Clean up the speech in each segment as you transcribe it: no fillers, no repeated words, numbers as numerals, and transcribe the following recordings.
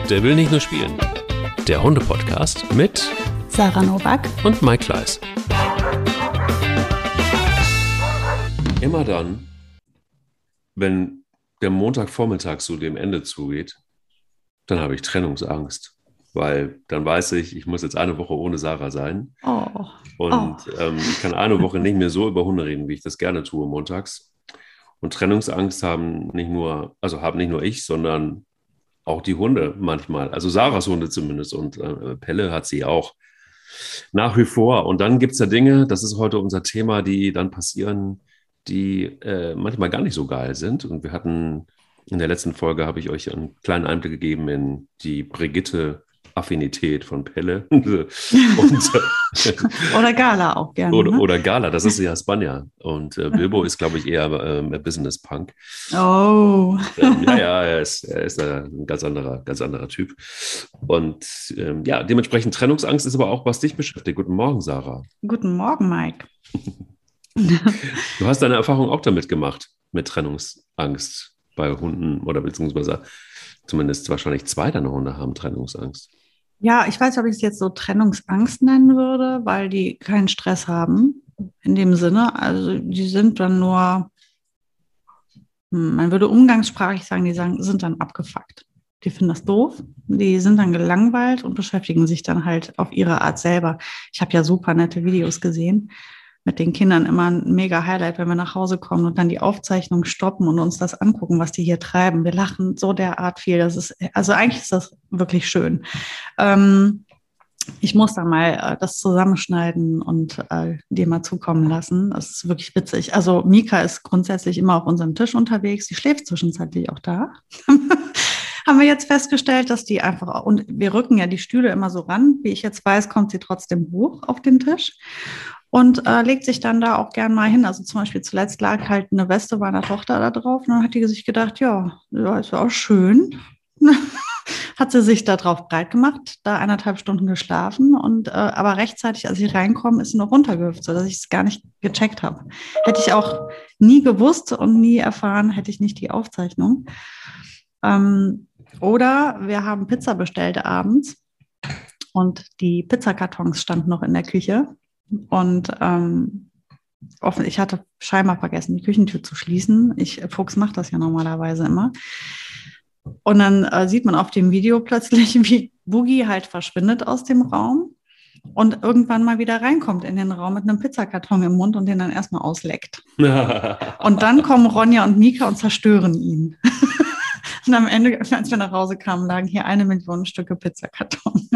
Der will nicht nur spielen. Der Hunde-Podcast mit Sarah Nowak und Mike Kleiss. Immer dann, wenn der Montagvormittag so dem Ende zugeht, dann habe ich Trennungsangst. Weil dann weiß ich muss jetzt eine Woche ohne Sarah sein. Ich kann eine Woche nicht mehr so über Hunde reden, wie ich das gerne tue montags. Und Trennungsangst haben nicht nur ich, sondern auch die Hunde manchmal. Also Sarahs Hunde zumindest und Pelle hat sie auch nach wie vor. Und dann gibt es ja Dinge, das ist heute unser Thema, die dann passieren, die manchmal gar nicht so geil sind. Und wir hatten in der letzten Folge, habe ich euch einen kleinen Einblick gegeben in die Brigitte-Affinität von Pelle. Oder Gala auch gerne. Oder Gala, das ist ja Spanier. Und Bilbo ist, glaube ich, eher Business-Punk. Oh. Er ist ein ganz anderer Typ. Und dementsprechend Trennungsangst ist aber auch, was dich beschäftigt. Guten Morgen, Sarah. Guten Morgen, Mike. Du hast deine Erfahrung auch damit gemacht, mit Trennungsangst bei Hunden oder beziehungsweise zumindest wahrscheinlich 2 deiner Hunde haben Trennungsangst. Ja, ich weiß nicht, ob ich es jetzt so Trennungsangst nennen würde, weil die keinen Stress haben in dem Sinne. Also die sind dann nur, man würde umgangssprachlich sagen, sind dann abgefuckt. Die finden das doof, die sind dann gelangweilt und beschäftigen sich dann halt auf ihre Art selber. Ich habe ja super nette Videos gesehen. Mit den Kindern immer ein mega Highlight, wenn wir nach Hause kommen und dann die Aufzeichnung stoppen und uns das angucken, was die hier treiben. Wir lachen so derart viel. Eigentlich ist das wirklich schön. Ich muss da mal das zusammenschneiden und dir mal zukommen lassen. Das ist wirklich witzig. Also Mika ist grundsätzlich immer auf unserem Tisch unterwegs. Sie schläft zwischenzeitlich auch da. Haben wir jetzt festgestellt, dass die einfach, und wir rücken ja die Stühle immer so ran. Wie ich jetzt weiß, kommt sie trotzdem hoch auf den Tisch. Und legt sich dann da auch gern mal hin. Also zum Beispiel zuletzt lag halt eine Weste meiner Tochter da drauf und dann hat die sich gedacht, ja, ist auch schön. Hat sie sich da drauf breit gemacht, da 1,5 Stunden geschlafen und aber rechtzeitig, als ich reinkomme, ist sie noch runtergehüpft, sodass ich es gar nicht gecheckt habe. Hätte ich auch nie gewusst und nie erfahren, hätte ich nicht die Aufzeichnung. Oder wir haben Pizza bestellt abends und die Pizzakartons standen noch in der Küche. Und ich hatte scheinbar vergessen, die Küchentür zu schließen. Fuchs macht das ja normalerweise immer. Und dann sieht man auf dem Video plötzlich, wie Boogie halt verschwindet aus dem Raum und irgendwann mal wieder reinkommt in den Raum mit einem Pizzakarton im Mund und den dann erstmal ausleckt. Und dann kommen Ronja und Mika und zerstören ihn. Und am Ende, als wir nach Hause kamen, lagen hier 1 Million Stücke Pizzakarton.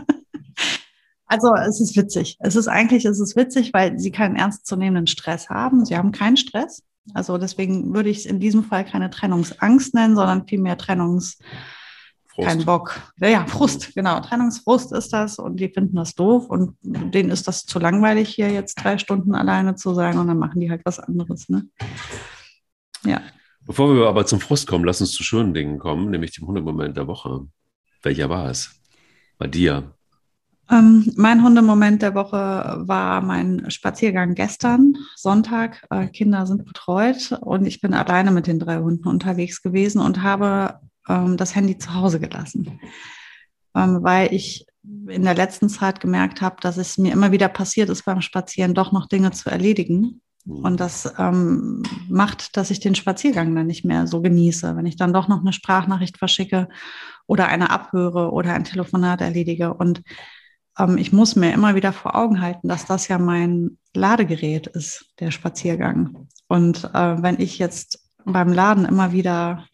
Also es ist witzig. Es ist witzig, weil sie keinen ernstzunehmenden Stress haben. Sie haben keinen Stress. Also deswegen würde ich es in diesem Fall keine Trennungsangst nennen, sondern vielmehr Frust. Kein Bock. Ja, Frust, genau. Trennungsfrust ist das und die finden das doof und denen ist das zu langweilig, hier jetzt 3 Stunden alleine zu sein und dann machen die halt was anderes. Ne? Ja. Bevor wir aber zum Frust kommen, lass uns zu schönen Dingen kommen, nämlich dem Hundemoment der Woche. Welcher war es? Bei dir? Mein Hundemoment der Woche war mein Spaziergang gestern, Sonntag. Kinder sind betreut und ich bin alleine mit den 3 Hunden unterwegs gewesen und habe das Handy zu Hause gelassen, weil ich in der letzten Zeit gemerkt habe, dass es mir immer wieder passiert ist, beim Spazieren doch noch Dinge zu erledigen. Und das macht, dass ich den Spaziergang dann nicht mehr so genieße. Wenn ich dann doch noch eine Sprachnachricht verschicke oder eine abhöre oder ein Telefonat erledige. Und ich muss mir immer wieder vor Augen halten, dass das ja mein Ladegerät ist, der Spaziergang. Und wenn ich jetzt beim Laden immer wieder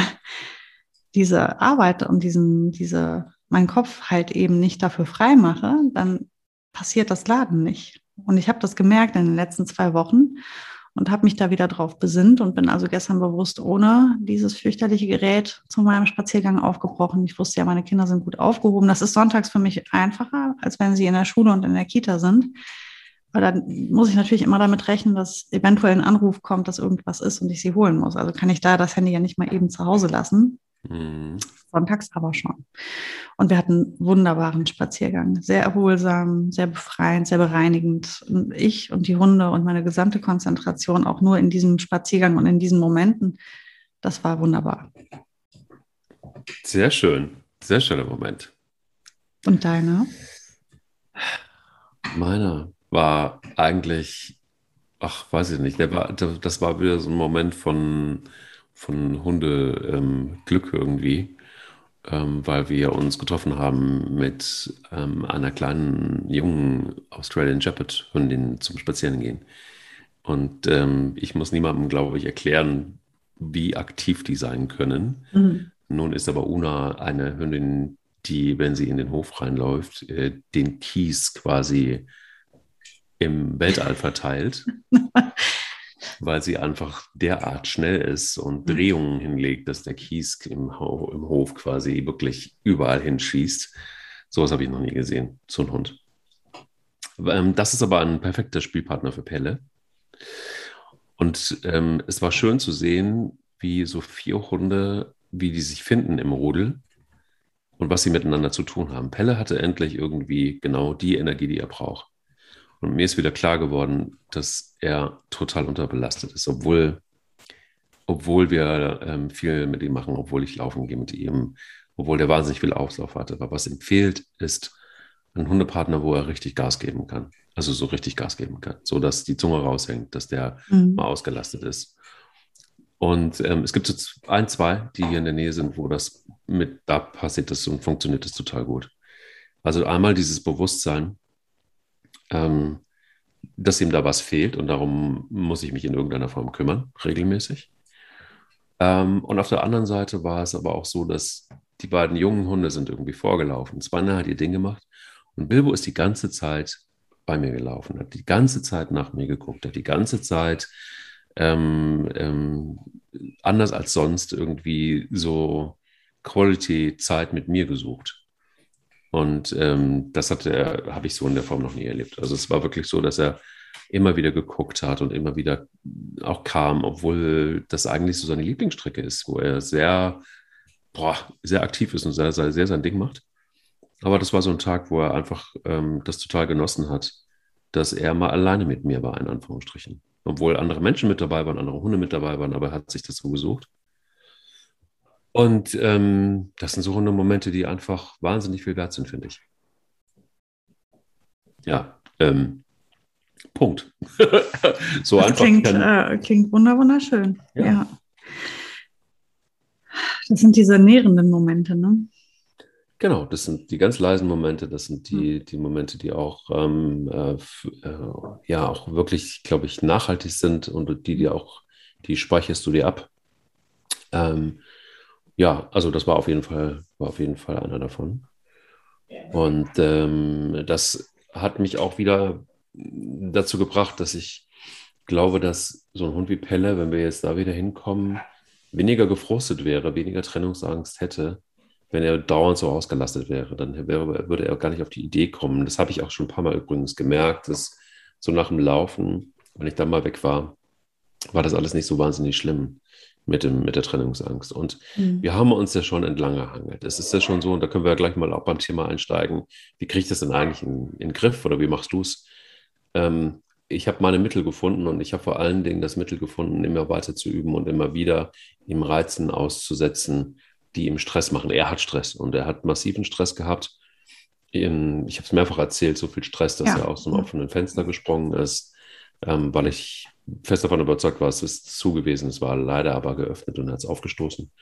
diese Arbeit und meinen Kopf halt eben nicht dafür frei mache, dann passiert das Laden nicht. Und ich habe das gemerkt in den letzten 2 Wochen und habe mich da wieder drauf besinnt und bin also gestern bewusst ohne dieses fürchterliche Gerät zu meinem Spaziergang aufgebrochen. Ich wusste ja, meine Kinder sind gut aufgehoben. Das ist sonntags für mich einfacher, als wenn sie in der Schule und in der Kita sind. Weil dann muss ich natürlich immer damit rechnen, dass eventuell ein Anruf kommt, dass irgendwas ist und ich sie holen muss. Also kann ich da das Handy ja nicht mal eben zu Hause lassen. Sonntags aber schon. Und wir hatten einen wunderbaren Spaziergang. Sehr erholsam, sehr befreiend, sehr bereinigend. Und ich und die Hunde und meine gesamte Konzentration auch nur in diesem Spaziergang und in diesen Momenten, das war wunderbar. Sehr schön. Sehr schöner Moment. Und deiner? Meiner war eigentlich, ach, weiß ich nicht, das war wieder so ein Moment von Hunde Glück irgendwie, weil wir uns getroffen haben mit einer kleinen, jungen Australian Shepherd Hündin zum Spazierengehen. Und ich muss niemandem, glaube ich, erklären, wie aktiv die sein können. Mhm. Nun ist aber Una eine Hündin, die, wenn sie in den Hof reinläuft, den Kies quasi im Weltall verteilt, weil sie einfach derart schnell ist und Drehungen hinlegt, dass der Kies im Hof quasi wirklich überall hinschießt. Sowas habe ich noch nie gesehen, so ein Hund. Das ist aber ein perfekter Spielpartner für Pelle. Und es war schön zu sehen, wie so 4 Hunde, wie die sich finden im Rudel und was sie miteinander zu tun haben. Pelle hatte endlich irgendwie genau die Energie, die er braucht. Und mir ist wieder klar geworden, dass er total unterbelastet ist, obwohl wir viel mit ihm machen, obwohl ich laufen gehe mit ihm, obwohl der wahnsinnig viel Auslauf hatte. Aber was ihm fehlt, ist ein Hundepartner, wo er richtig Gas geben kann. Also so richtig Gas geben kann, so dass die Zunge raushängt, dass der mal Mhm. ausgelastet ist. Und es gibt so ein, zwei, die hier in der Nähe sind, wo da passiert das und funktioniert das total gut. Also einmal dieses Bewusstsein, ähm, dass ihm da was fehlt und darum muss ich mich in irgendeiner Form kümmern, regelmäßig. Und auf der anderen Seite war es aber auch so, dass die beiden jungen Hunde sind irgendwie vorgelaufen. Spanner hat ihr Ding gemacht und Bilbo ist die ganze Zeit bei mir gelaufen, hat die ganze Zeit nach mir geguckt, hat die ganze Zeit ähm, ähm, anders als sonst irgendwie so Quality-Zeit mit mir gesucht. Und das habe ich so in der Form noch nie erlebt. Also es war wirklich so, dass er immer wieder geguckt hat und immer wieder auch kam, obwohl das eigentlich so seine Lieblingsstrecke ist, wo er sehr aktiv ist und sehr sein Ding macht. Aber das war so ein Tag, wo er einfach das total genossen hat, dass er mal alleine mit mir war, in Anführungsstrichen. Obwohl andere Menschen mit dabei waren, andere Hunde mit dabei waren, aber er hat sich das so gesucht. Und das sind so Hundemomente, die einfach wahnsinnig viel wert sind, finde ich. Ja, Punkt. So Das einfach kann. klingt wunderschön. Ja, Ja, das sind diese nährenden Momente, ne? genau. Das sind die ganz leisen Momente. Das sind Hm. die Momente, die auch, ja, auch wirklich, glaube ich, nachhaltig sind und die speicherst du dir ab. Ähm, ja, also das war auf jeden Fall einer davon. Und das hat mich auch wieder dazu gebracht, dass ich glaube, dass so ein Hund wie Pelle, wenn wir jetzt da wieder hinkommen, weniger gefrustet wäre, weniger Trennungsangst hätte, wenn er dauernd so ausgelastet wäre. Würde er gar nicht auf die Idee kommen. Das habe ich auch schon ein paar Mal übrigens gemerkt, dass so nach dem Laufen, wenn ich da mal weg war das alles nicht so wahnsinnig schlimm mit der Trennungsangst. Und Hm. wir haben uns ja schon entlang gehangelt. Es ist ja schon so, und da können wir ja gleich mal auch beim Thema einsteigen. Wie kriege ich das denn eigentlich in den Griff oder wie machst du es? Ich habe meine Mittel gefunden und ich habe vor allen Dingen das Mittel gefunden, immer weiter zu üben und immer wieder ihm Reizen auszusetzen, die ihm Stress machen. Er hat Stress und er hat massiven Stress gehabt. Ich habe es mehrfach erzählt, so viel Stress, dass er Ja. aus dem offenen Fenster gesprungen ist, weil ich fest davon überzeugt war, es ist zu gewesen. Es war leider aber geöffnet und hat es aufgestoßen.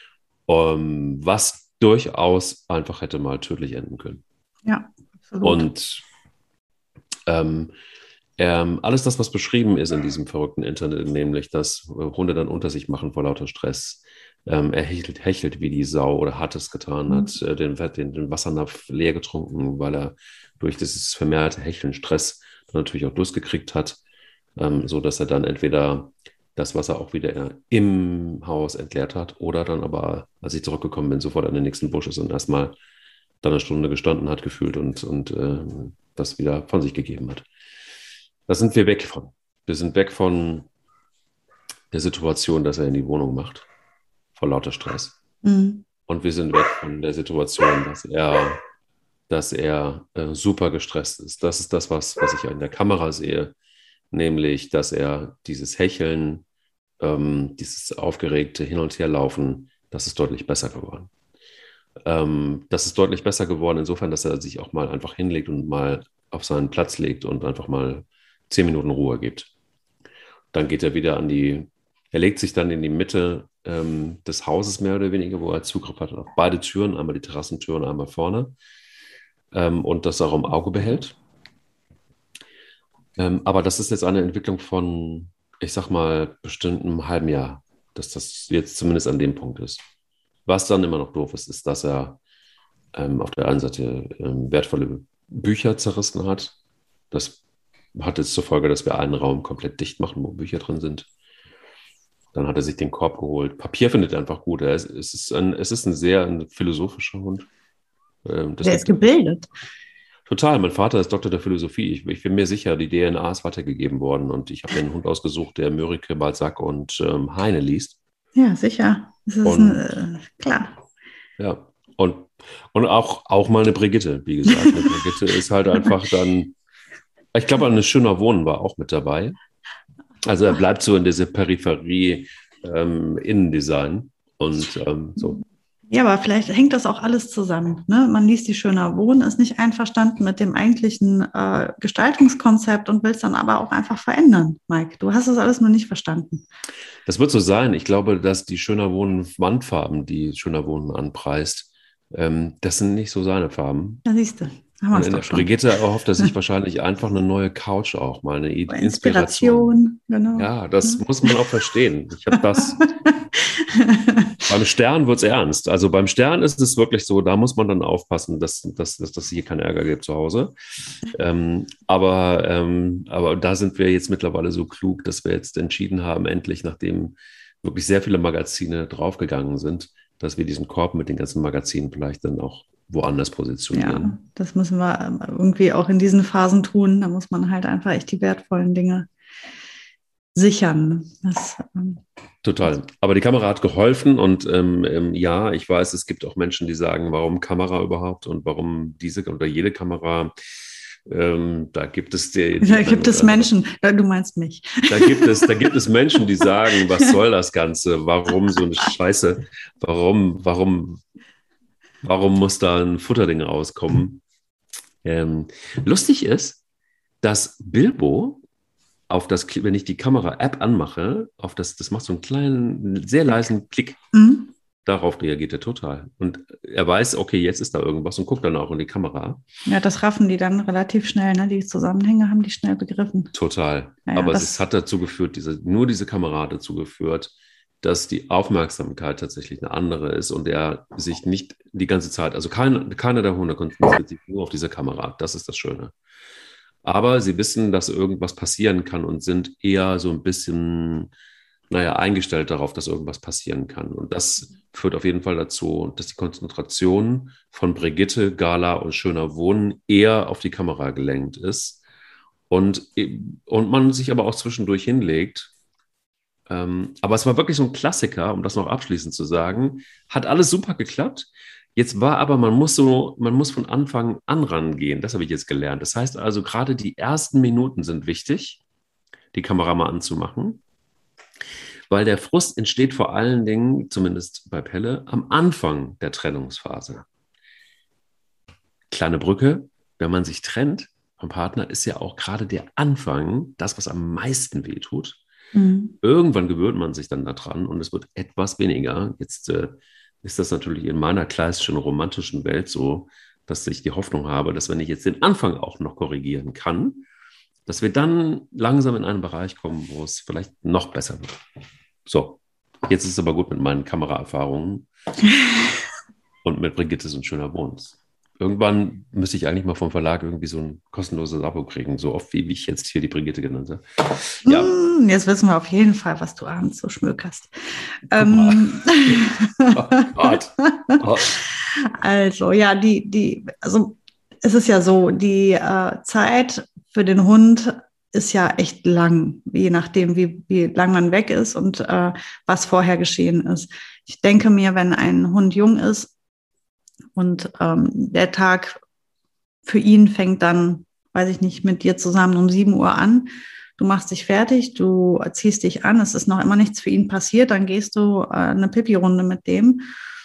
Was durchaus einfach hätte mal tödlich enden können. Ja, absolut. Und ähm, alles das, was beschrieben ist in diesem verrückten Internet, nämlich, dass Hunde dann unter sich machen vor lauter Stress. Er hechelt wie die Sau oder hat es getan, Hm. hat den Wassernapf leer getrunken, weil er durch dieses vermehrte Hecheln Stress dann natürlich auch Durst gekriegt hat, so dass er dann entweder das Wasser auch wieder im Haus entleert hat oder dann aber, als ich zurückgekommen bin, sofort an den nächsten Busch ist und erstmal dann eine Stunde gestanden hat, gefühlt und das wieder von sich gegeben hat. Da sind wir weg von. Wir sind weg von der Situation, dass er in die Wohnung macht, vor lauter Stress. Hm. Und wir sind weg von der Situation, dass er super gestresst ist. Das ist das, was ich in der Kamera sehe, nämlich, dass er dieses Hecheln, dieses aufgeregte Hin- und Herlaufen, das ist deutlich besser geworden. Das ist deutlich besser geworden, insofern, dass er sich auch mal einfach hinlegt und mal auf seinen Platz legt und einfach mal 10 Minuten Ruhe gibt. Dann geht er wieder er legt sich dann in die Mitte des Hauses mehr oder weniger, wo er Zugriff hat auf beide Türen, einmal die Terrassentür und einmal vorne, und das auch im Auge behält. Aber das ist jetzt eine Entwicklung von, ich sag mal, bestimmt einem halben Jahr, dass das jetzt zumindest an dem Punkt ist. Was dann immer noch doof ist, ist, dass er auf der einen Seite wertvolle Bücher zerrissen hat. Das hat jetzt zur Folge, dass wir einen Raum komplett dicht machen, wo Bücher drin sind. Dann hat er sich den Korb geholt. Papier findet er einfach gut. Es ist ein sehr philosophischer Hund. Der ist gebildet. Total. Mein Vater ist Doktor der Philosophie. Ich bin mir sicher, die DNA ist weitergegeben worden. Und ich habe mir einen Hund ausgesucht, der Mörike, Balzac und Heine liest. Ja, sicher. Das ist klar. Ja. Und auch mal eine Brigitte, wie gesagt. Eine Brigitte ist halt einfach dann, ich glaube, ein schöner Wohnen war auch mit dabei. Also er bleibt so in dieser Peripherie Innendesign und so. Ja, aber vielleicht hängt das auch alles zusammen. Ne? Man liest die Schöner Wohnen, ist nicht einverstanden mit dem eigentlichen Gestaltungskonzept und will es dann aber auch einfach verändern, Mike. Du hast das alles nur nicht verstanden. Das wird so sein. Ich glaube, dass die Schöner Wohnen Wandfarben, die Schöner Wohnen anpreist, das sind nicht so seine Farben. Ja, siehst du. Haben Und Brigitte erhofft er sich wahrscheinlich einfach eine neue Couch auch, mal eine Inspiration. Genau. Ja, das muss man auch verstehen. Ich habe das. Beim Stern wird es ernst. Also beim Stern ist es wirklich so, da muss man dann aufpassen, dass hier keinen Ärger gibt zu Hause. Aber da sind wir jetzt mittlerweile so klug, dass wir jetzt entschieden haben, endlich, nachdem wirklich sehr viele Magazine draufgegangen sind, dass wir diesen Korb mit den ganzen Magazinen vielleicht dann auch woanders positionieren. Ja, das müssen wir irgendwie auch in diesen Phasen tun. Da muss man halt einfach echt die wertvollen Dinge sichern. Total. Aber die Kamera hat geholfen und ja, ich weiß, es gibt auch Menschen, die sagen, warum Kamera überhaupt und warum diese oder jede Kamera. Da gibt es Menschen, du meinst mich. Da gibt es Menschen, die sagen, was soll das Ganze? Warum so eine Scheiße? Warum muss da ein Futterding rauskommen? Lustig ist, dass Bilbo wenn ich die Kamera-App anmache, das macht so einen kleinen, sehr leisen Klick. Mhm. Darauf reagiert er total. Und er weiß, okay, jetzt ist da irgendwas und guckt dann auch in die Kamera. Ja, das raffen die dann relativ schnell, ne? Die Zusammenhänge haben die schnell begriffen. Total. Ja, aber es hat dazu geführt, diese Kamera hat dazu geführt, dass die Aufmerksamkeit tatsächlich eine andere ist und er sich nicht die ganze Zeit, also keiner der Hunde konzentriert sich nur auf diese Kamera. Das ist das Schöne. Aber sie wissen, dass irgendwas passieren kann und sind eher so ein bisschen, eingestellt darauf, dass irgendwas passieren kann. Und das führt auf jeden Fall dazu, dass die Konzentration von Brigitte, Gala und Schöner Wohnen eher auf die Kamera gelenkt ist und man sich aber auch zwischendurch hinlegt. Aber es war wirklich so ein Klassiker, um das noch abschließend zu sagen. Hat alles super geklappt. Jetzt war aber, man muss von Anfang an rangehen. Das habe ich jetzt gelernt. Das heißt also, gerade die ersten Minuten sind wichtig, die Kamera mal anzumachen, weil der Frust entsteht vor allen Dingen, zumindest bei Pelle, am Anfang der Trennungsphase. Kleine Brücke, wenn man sich trennt vom Partner, ist ja auch gerade der Anfang das, was am meisten wehtut. Mhm. Irgendwann gewöhnt man sich dann daran und es wird etwas weniger. Jetzt ist das natürlich in meiner klassischen romantischen Welt so, dass ich die Hoffnung habe, dass wenn ich jetzt den Anfang auch noch korrigieren kann, dass wir dann langsam in einen Bereich kommen, wo es vielleicht noch besser wird. So, jetzt ist es aber gut mit meinen Kameraerfahrungen und mit Brigitte und Schöner Wohns. Irgendwann müsste ich eigentlich mal vom Verlag irgendwie so ein kostenloses Abo kriegen, so oft wie ich jetzt hier die Brigitte genannt habe. Ja. Jetzt wissen wir auf jeden Fall, was du abends so schmökerst. Also, ja, also es ist ja so, die Zeit für den Hund ist ja echt lang, je nachdem, wie lang man weg ist und was vorher geschehen ist. Ich denke mir, wenn ein Hund jung ist und der Tag für ihn fängt dann, weiß ich nicht, mit dir zusammen um 7 Uhr an, du machst dich fertig, du ziehst dich an, es ist noch immer nichts für ihn passiert, dann gehst du eine Pipi-Runde mit dem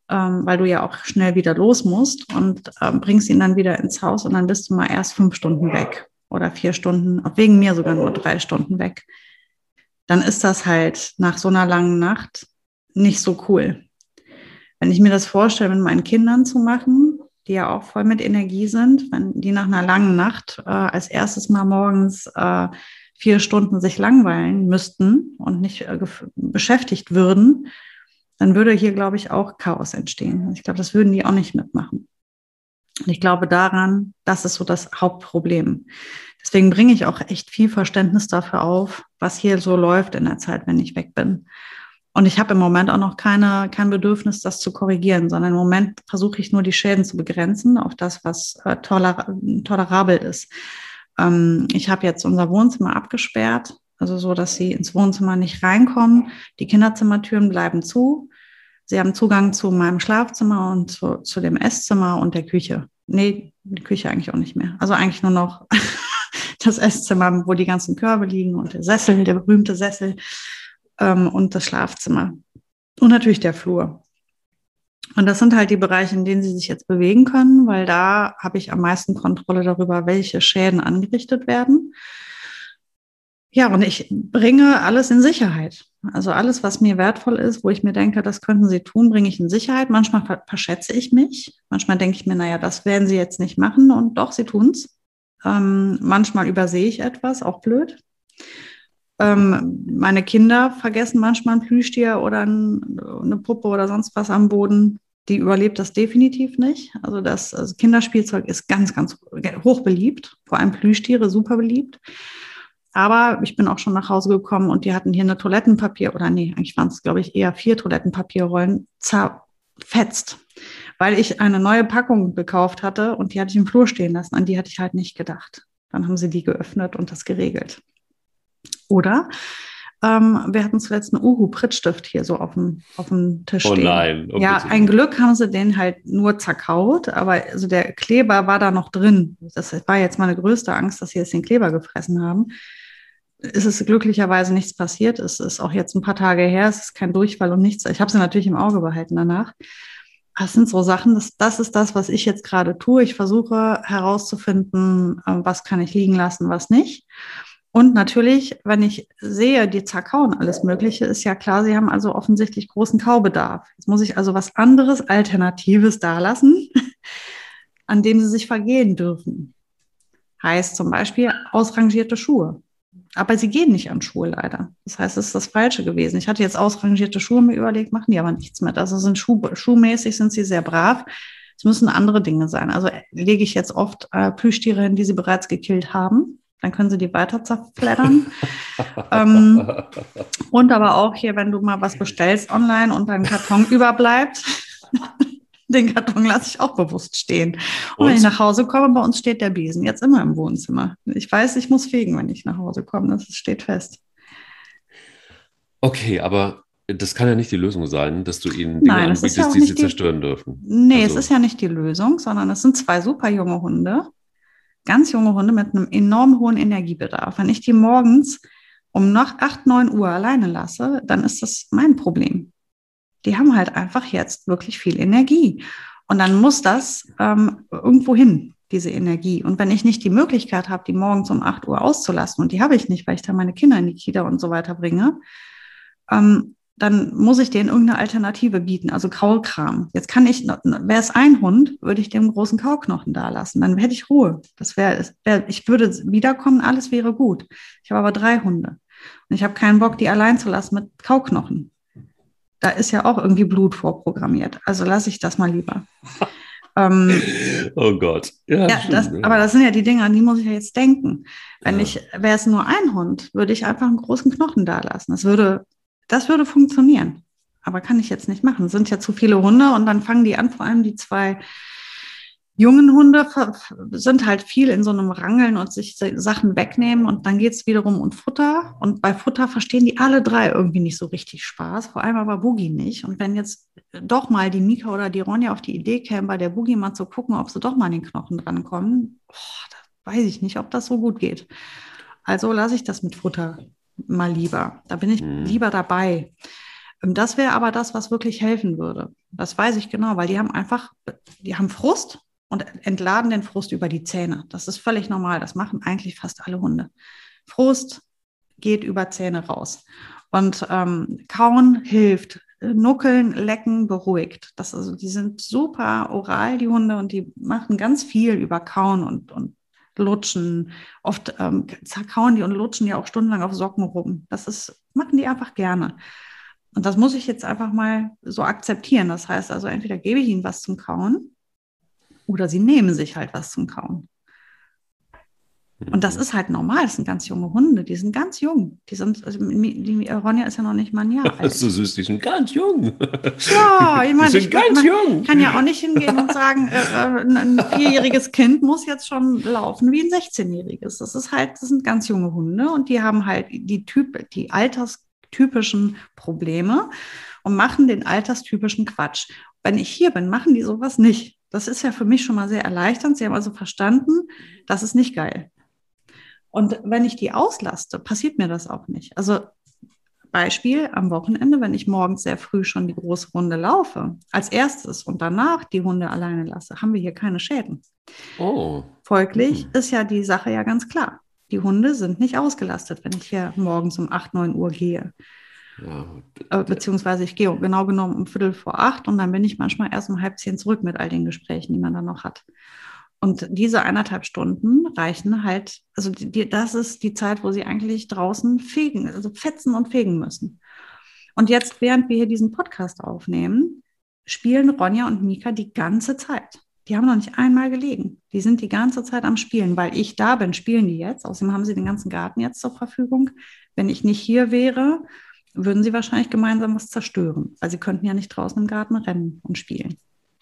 weil du ja auch schnell wieder los musst und bringst ihn dann wieder ins Haus und dann bist du mal erst 5 Stunden weg oder 4 Stunden, wegen mir sogar nur 3 Stunden weg. Dann ist das halt nach so einer langen Nacht nicht so cool. Wenn ich mir das vorstelle, mit meinen Kindern zu machen, die ja auch voll mit Energie sind, wenn die nach einer langen Nacht als erstes mal morgens 4 Stunden sich langweilen müssten und nicht beschäftigt würden, dann würde hier, glaube ich, auch Chaos entstehen. Ich glaube, das würden die auch nicht mitmachen. Und ich glaube daran, das ist so das Hauptproblem. Deswegen bringe ich auch echt viel Verständnis dafür auf, was hier so läuft in der Zeit, wenn ich weg bin. Und ich habe im Moment auch noch kein Bedürfnis, das zu korrigieren, sondern im Moment versuche ich nur, die Schäden zu begrenzen auf das, was tolerabel ist. Ich habe jetzt unser Wohnzimmer abgesperrt, also so, dass sie ins Wohnzimmer nicht reinkommen. Die Kinderzimmertüren bleiben zu. Sie haben Zugang zu meinem Schlafzimmer und zu dem Esszimmer und der Küche. Nee, die Küche eigentlich auch nicht mehr. Also eigentlich nur noch das Esszimmer, wo die ganzen Körbe liegen und der Sessel, der berühmte Sessel, und das Schlafzimmer. Und natürlich der Flur. Und das sind halt die Bereiche, in denen sie sich jetzt bewegen können, weil da habe ich am meisten Kontrolle darüber, welche Schäden angerichtet werden. Ja, und ich bringe alles in Sicherheit. Also alles, was mir wertvoll ist, wo ich mir denke, das könnten sie tun, bringe ich in Sicherheit. Manchmal verschätze ich mich. Manchmal denke ich mir, naja, das werden sie jetzt nicht machen. Und doch, sie tun es. Manchmal übersehe ich etwas, auch blöd. Meine Kinder vergessen manchmal ein Plüschtier oder eine Puppe oder sonst was am Boden. Die überlebt das definitiv nicht. Also Kinderspielzeug ist ganz, ganz hoch beliebt. Vor allem Plüschtiere super beliebt. Aber ich bin auch schon nach Hause gekommen und die hatten hier eine Toilettenpapier, oder nee, eigentlich waren es, glaube ich, eher 4 Toilettenpapierrollen zerfetzt, weil ich eine neue Packung gekauft hatte und die hatte ich im Flur stehen lassen. An die hatte ich halt nicht gedacht. Dann haben sie die geöffnet und das geregelt. Oder wir hatten zuletzt einen Uhu-Prittstift hier so auf dem Tisch stehen. Oh nein. Oh ja, bitte. ein Glück haben sie den halt nur zerkaut, aber also der Kleber war da noch drin. Das war jetzt meine größte Angst, dass sie jetzt den Kleber gefressen haben. Es ist glücklicherweise nichts passiert. Es ist auch jetzt ein paar Tage her. Es ist kein Durchfall und nichts. Ich habe sie natürlich im Auge behalten danach. Das sind so Sachen, das ist das, was ich jetzt gerade tue. Ich versuche herauszufinden, was kann ich liegen lassen, was nicht. Und natürlich, wenn ich sehe, die zerkauen alles Mögliche, ist ja klar, sie haben also offensichtlich großen Kaubedarf. Jetzt muss ich also was anderes, Alternatives dalassen, an dem sie sich vergehen dürfen. Heißt zum Beispiel ausrangierte Schuhe. Aber sie gehen nicht an Schuhe leider. Das heißt, es ist das Falsche gewesen. Ich hatte jetzt ausrangierte Schuhe mir überlegt, machen die aber nichts mit. Also sind schuhmäßig sind sie sehr brav. Es müssen andere Dinge sein. Also lege ich jetzt oft Plüschtiere hin, die sie bereits gekillt haben. Dann können sie die weiter zerfleddern. Und aber auch hier, wenn du mal was bestellst online und dein Karton überbleibt, den Karton lasse ich auch bewusst stehen. Und wenn ich nach Hause komme, bei uns steht der Besen jetzt immer im Wohnzimmer. Ich weiß, ich muss fegen, wenn ich nach Hause komme. Das steht fest. Okay, aber das kann ja nicht die Lösung sein, dass du ihnen Dinge anbietest, ja die sie zerstören dürfen. Nee, also, es ist ja nicht die Lösung, sondern es sind 2 super junge Hunde. Ganz junge Hunde mit einem enorm hohen Energiebedarf. Wenn ich die morgens um nach 8, 9 Uhr alleine lasse, dann ist das mein Problem. Die haben halt einfach jetzt wirklich viel Energie. Und dann muss das irgendwo hin, diese Energie. Und wenn ich nicht die Möglichkeit habe, die morgens um 8 Uhr auszulassen, und die habe ich nicht, weil ich da meine Kinder in die Kita und so weiter bringe, dann muss ich denen irgendeine Alternative bieten, also Kaulkram. Jetzt wäre es ein Hund, würde ich dem einen großen Kauknochen da lassen. Dann hätte ich Ruhe. Ich würde wiederkommen, alles wäre gut. Ich habe aber 3 Hunde. Und ich habe keinen Bock, die allein zu lassen mit Kauknochen. Da ist ja auch irgendwie Blut vorprogrammiert. Also lasse ich das mal lieber. Oh Gott. Ja, aber das sind ja die Dinge, an die muss ich ja jetzt denken. Wäre es nur ein Hund, würde ich einfach einen großen Knochen da lassen. Das würde funktionieren. Aber kann ich jetzt nicht machen. Es sind ja zu viele Hunde und dann fangen die an, vor allem die 2 jungen Hunde sind halt viel in so einem Rangeln und sich Sachen wegnehmen und dann geht es wiederum um Futter und bei Futter verstehen die alle 3 irgendwie nicht so richtig Spaß, vor allem aber Boogie nicht. Und wenn jetzt doch mal die Mika oder die Ronja auf die Idee kämen, bei der Boogie mal zu gucken, ob sie doch mal an den Knochen drankommen, da weiß ich nicht, ob das so gut geht. Also lasse ich das mit Futter mal lieber. Da bin ich lieber dabei. Das wäre aber das, was wirklich helfen würde. Das weiß ich genau, weil die haben Frust und entladen den Frust über die Zähne. Das ist völlig normal. Das machen eigentlich fast alle Hunde. Frust geht über Zähne raus. Und Kauen hilft. Nuckeln, lecken, beruhigt. Die sind super oral, die Hunde, und die machen ganz viel über Kauen und Lutschen. Oft kauen die und lutschen ja auch stundenlang auf Socken rum. Machen die einfach gerne. Und das muss ich jetzt einfach mal so akzeptieren. Das heißt also, entweder gebe ich ihnen was zum Kauen oder sie nehmen sich halt was zum Kauen. Und das ist halt normal. Das sind ganz junge Hunde. Die sind ganz jung. Die Ronja ist ja noch nicht mal ein Jahr alt. Das ist so süß, die sind ganz jung. Ja, ich meine, jung. Kann ja auch nicht hingehen und sagen, ein 4-jähriges Kind muss jetzt schon laufen wie ein 16-jähriges. Das sind ganz junge Hunde und die haben halt die alterstypischen Probleme und machen den alterstypischen Quatsch. Wenn ich hier bin, machen die sowas nicht. Das ist ja für mich schon mal sehr erleichternd. Sie haben also verstanden, das ist nicht geil. Und wenn ich die auslaste, passiert mir das auch nicht. Also Beispiel am Wochenende, wenn ich morgens sehr früh schon die große Runde laufe, als erstes und danach die Hunde alleine lasse, haben wir hier keine Schäden. Oh. Folglich ist ja die Sache ja ganz klar. Die Hunde sind nicht ausgelastet, wenn ich hier morgens um 8, 9 Uhr gehe. Ja. Beziehungsweise ich gehe genau genommen um 7:45 und dann bin ich manchmal erst um 9:30 zurück mit all den Gesprächen, die man dann noch hat. Und diese 1,5 Stunden reichen halt, also das ist die Zeit, wo sie eigentlich draußen fegen, also fetzen und fegen müssen. Und jetzt, während wir hier diesen Podcast aufnehmen, spielen Ronja und Mika die ganze Zeit. Die haben noch nicht einmal gelegen. Die sind die ganze Zeit am Spielen. Weil ich da bin, spielen die jetzt. Außerdem haben sie den ganzen Garten jetzt zur Verfügung. Wenn ich nicht hier wäre, würden sie wahrscheinlich gemeinsam was zerstören. Weil sie könnten ja nicht draußen im Garten rennen und spielen.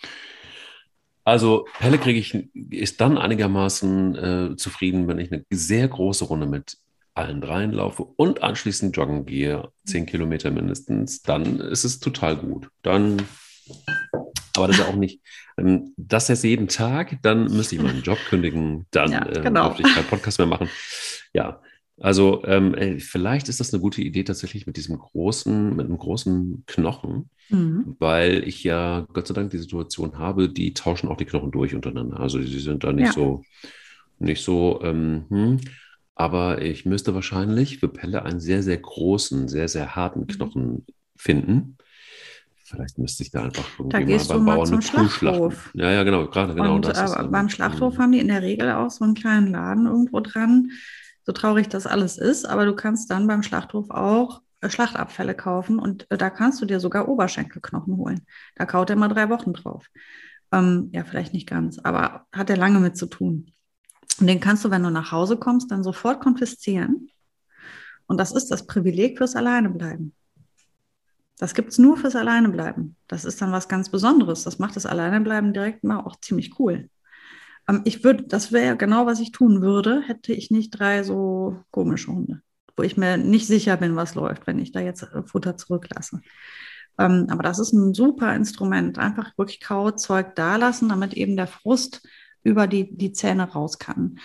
Also Pelle ist dann einigermaßen zufrieden, wenn ich eine sehr große Runde mit allen dreien laufe und anschließend joggen gehe, 10 Kilometer mindestens, dann ist es total gut. Aber das ist ja auch nicht, das jetzt jeden Tag, dann müsste ich meinen Job kündigen, dann dürfte ich keinen Podcast mehr machen. Ja, also vielleicht ist das eine gute Idee tatsächlich mit einem großen Knochen, weil ich ja Gott sei Dank die Situation habe, die tauschen auch die Knochen durch untereinander. Also die sind da nicht so, aber ich müsste wahrscheinlich für Pelle einen sehr, sehr großen, sehr, sehr harten Knochen finden. Vielleicht müsste ich da einfach irgendwie mal beim Bauern eine Kuh schlachten. Ja, genau, gerade genau. Und beim Schlachthof haben die in der Regel auch so einen kleinen Laden irgendwo dran, so traurig das alles ist, aber du kannst dann beim Schlachthof auch Schlachtabfälle kaufen und da kannst du dir sogar Oberschenkelknochen holen. Da kaut er mal 3 Wochen drauf. Ja, vielleicht nicht ganz, aber hat er lange mit zu tun. Und den kannst du, wenn du nach Hause kommst, dann sofort konfiszieren. Und das ist das Privileg fürs Alleinebleiben. Das gibt es nur fürs Alleinebleiben. Das ist dann was ganz Besonderes. Das macht das Alleinebleiben direkt mal auch ziemlich cool. Das wäre genau, was ich tun würde, hätte ich nicht 3 so komische Hunde, wo ich mir nicht sicher bin, was läuft, wenn ich da jetzt Futter zurücklasse. Aber das ist ein super Instrument. Einfach wirklich Kauzeug da lassen, damit eben der Frust über die Zähne raus kann.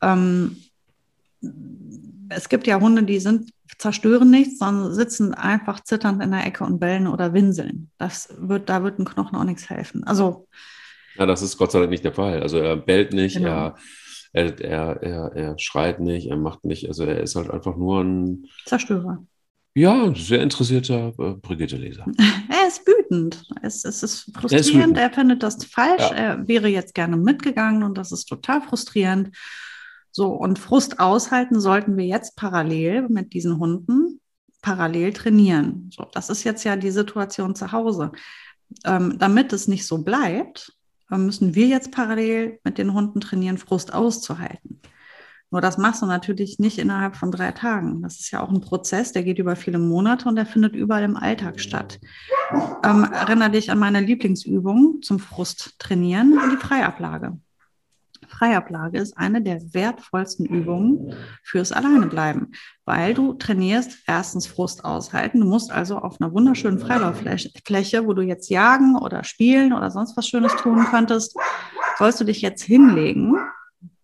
Es gibt ja Hunde, die zerstören nichts, sondern sitzen einfach zitternd in der Ecke und bellen oder winseln. Da wird ein Knochen auch nichts helfen. Also ja, das ist Gott sei Dank nicht der Fall. Also er bellt nicht, genau. er schreit nicht, er macht nicht, also er ist halt einfach nur ein Zerstörer. Ja, sehr interessierter Brigitte-Leser. Er ist wütend. Es ist frustrierend. Er findet das falsch. Ja. Er wäre jetzt gerne mitgegangen und das ist total frustrierend. So, und Frust aushalten sollten wir jetzt parallel mit diesen Hunden parallel trainieren. So, das ist jetzt ja die Situation zu Hause. Damit es nicht so bleibt, müssen wir jetzt parallel mit den Hunden trainieren, Frust auszuhalten. Nur das machst du natürlich nicht innerhalb von 3 Tagen. Das ist ja auch ein Prozess, der geht über viele Monate und der findet überall im Alltag statt. Erinnere dich an meine Lieblingsübung zum Frust trainieren, die Freiablage. Freiablage ist eine der wertvollsten Übungen fürs Alleinebleiben, weil du trainierst erstens Frust aushalten. Du musst also auf einer wunderschönen Freilauffläche, wo du jetzt jagen oder spielen oder sonst was Schönes tun könntest, sollst du dich jetzt hinlegen,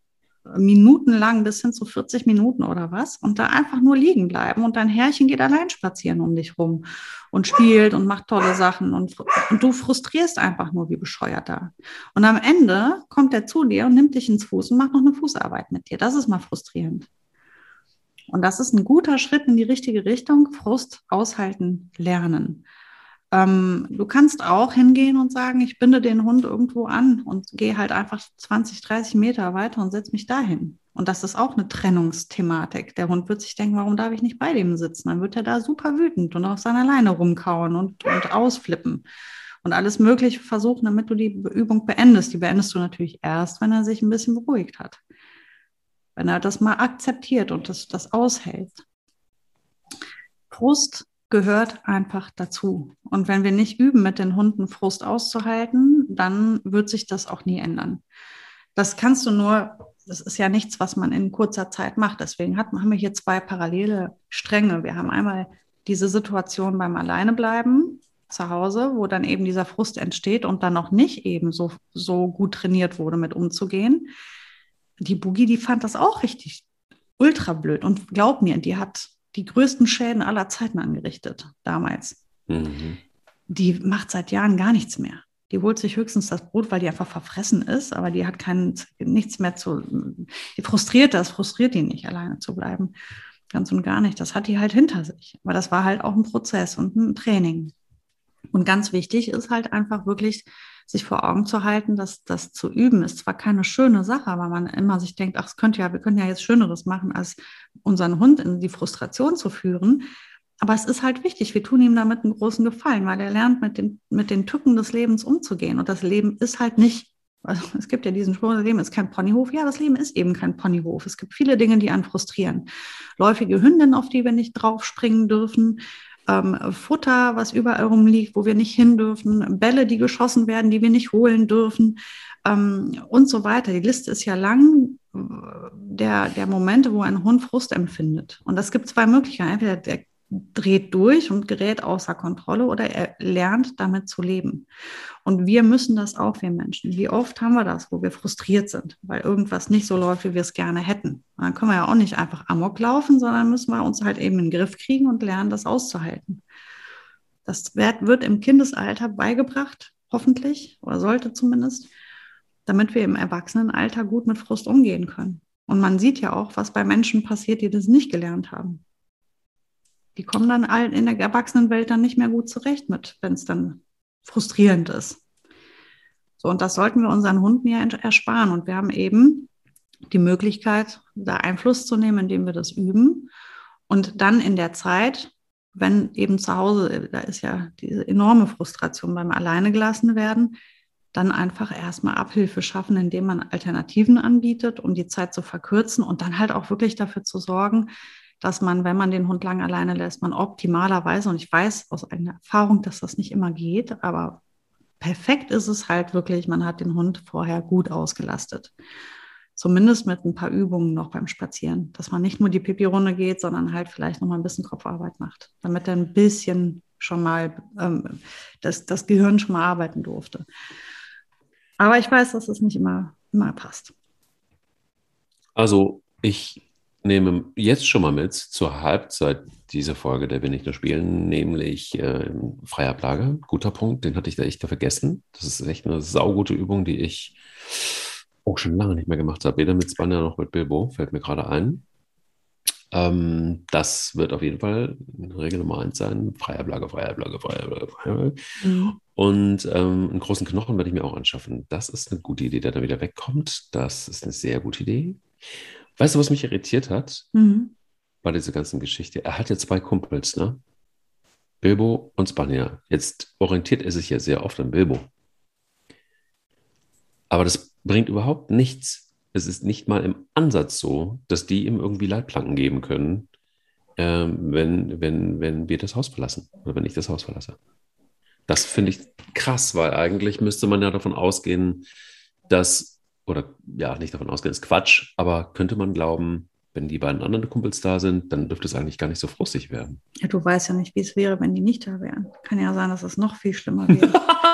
minutenlang bis hin zu 40 Minuten oder was und da einfach nur liegen bleiben und dein Herrchen geht allein spazieren um dich rum und spielt und macht tolle Sachen und du frustrierst einfach nur wie bescheuert da. Und am Ende kommt er zu dir und nimmt dich ins Fuß und macht noch eine Fußarbeit mit dir. Das ist mal frustrierend. Und das ist ein guter Schritt in die richtige Richtung, Frust aushalten lernen. Du kannst auch hingehen und sagen, ich binde den Hund irgendwo an und gehe halt einfach 20, 30 Meter weiter und setze mich dahin. Und das ist auch eine Trennungsthematik. Der Hund wird sich denken, warum darf ich nicht bei dem sitzen? Dann wird er da super wütend und auf seiner Leine rumkauen und ausflippen und alles Mögliche versuchen, damit du die Übung beendest. Die beendest du natürlich erst, wenn er sich ein bisschen beruhigt hat. Wenn er das mal akzeptiert und das aushält. Frust gehört einfach dazu. Und wenn wir nicht üben, mit den Hunden Frust auszuhalten, dann wird sich das auch nie ändern. Das kannst du nur, das ist ja nichts, was man in kurzer Zeit macht. Deswegen haben wir hier zwei parallele Stränge. Wir haben einmal diese Situation beim Alleinebleiben zu Hause, wo dann eben dieser Frust entsteht und dann noch nicht eben so gut trainiert wurde, mit umzugehen. Die Boogie, die fand das auch richtig ultra blöd. Und glaub mir, die hat die größten Schäden aller Zeiten angerichtet, damals. Mhm. Die macht seit Jahren gar nichts mehr. Die holt sich höchstens das Brot, weil die einfach verfressen ist, aber die hat nichts mehr die frustriert die nicht, alleine zu bleiben. Ganz und gar nicht. Das hat die halt hinter sich. Aber das war halt auch ein Prozess und ein Training. Und ganz wichtig ist halt einfach wirklich, sich vor Augen zu halten, dass das zu üben ist zwar keine schöne Sache, aber man immer sich denkt, ach, wir können ja jetzt Schöneres machen, als unseren Hund in die Frustration zu führen. Aber es ist halt wichtig, wir tun ihm damit einen großen Gefallen, weil er lernt, mit den Tücken des Lebens umzugehen. Und das Leben ist halt nicht, also es gibt ja diesen Spruch, das Leben ist kein Ponyhof. Ja, das Leben ist eben kein Ponyhof. Es gibt viele Dinge, die einen frustrieren. Läufige Hündinnen, auf die wir nicht draufspringen dürfen, Futter, was überall rumliegt, wo wir nicht hin dürfen, Bälle, die geschossen werden, die wir nicht holen dürfen und so weiter. Die Liste ist ja lang der Momente, wo ein Hund Frust empfindet. Und es gibt zwei Möglichkeiten. Entweder der dreht durch und gerät außer Kontrolle oder er lernt damit zu leben. Und wir müssen das auch, wir Menschen. Wie oft haben wir das, wo wir frustriert sind, weil irgendwas nicht so läuft, wie wir es gerne hätten. Und dann können wir ja auch nicht einfach Amok laufen, sondern müssen wir uns halt eben in den Griff kriegen und lernen, das auszuhalten. Das wird im Kindesalter beigebracht, hoffentlich, oder sollte zumindest, damit wir im Erwachsenenalter gut mit Frust umgehen können. Und man sieht ja auch, was bei Menschen passiert, die das nicht gelernt haben. Die kommen dann in der Erwachsenenwelt dann nicht mehr gut zurecht mit, wenn es dann frustrierend ist. So, und das sollten wir unseren Hunden ja ersparen. Und wir haben eben die Möglichkeit, da Einfluss zu nehmen, indem wir das üben. Und dann in der Zeit, wenn eben zu Hause, da ist ja diese enorme Frustration beim Alleine gelassen werden, dann einfach erstmal Abhilfe schaffen, indem man Alternativen anbietet, um die Zeit zu verkürzen und dann halt auch wirklich dafür zu sorgen, dass man, wenn man den Hund lang alleine lässt, man optimalerweise, und ich weiß aus eigener Erfahrung, dass das nicht immer geht, aber perfekt ist es halt wirklich, man hat den Hund vorher gut ausgelastet. Zumindest mit ein paar Übungen noch beim Spazieren, dass man nicht nur die Pipi-Runde geht, sondern halt vielleicht noch mal ein bisschen Kopfarbeit macht, damit er ein bisschen schon mal das Gehirn schon mal arbeiten durfte. Aber ich weiß, dass es nicht immer passt. Also ich nehme jetzt schon mal mit zur Halbzeit dieser Folge, der wir nicht nur spielen, nämlich freie Ablage. Guter Punkt, den hatte ich da echt vergessen. Das ist echt eine saugute Übung, die ich auch schon lange nicht mehr gemacht habe. Weder mit Spanja noch mit Bilbo, fällt mir gerade ein. Das wird auf jeden Fall Regel Nummer 1 sein. Freie Ablage, freie Ablage, freie Ablage, freie Ablage. Mhm. Und einen großen Knochen werde ich mir auch anschaffen. Das ist eine gute Idee, der dann wieder wegkommt. Das ist eine sehr gute Idee. Weißt du, was mich irritiert hat bei dieser ganzen Geschichte? Er hat ja 2 Kumpels, ne? Bilbo und Spanja. Jetzt orientiert er sich ja sehr oft an Bilbo. Aber das bringt überhaupt nichts. Es ist nicht mal im Ansatz so, dass die ihm irgendwie Leitplanken geben können, wenn wir das Haus verlassen oder wenn ich das Haus verlasse. Das finde ich krass, weil eigentlich müsste man ja davon ausgehen, dass, oder ja, nicht davon ausgehen, ist Quatsch, aber könnte man glauben, wenn die beiden anderen Kumpels da sind, dann dürfte es eigentlich gar nicht so frustig werden. Ja, du weißt ja nicht, wie es wäre, wenn die nicht da wären. Kann ja sein, dass es noch viel schlimmer wäre.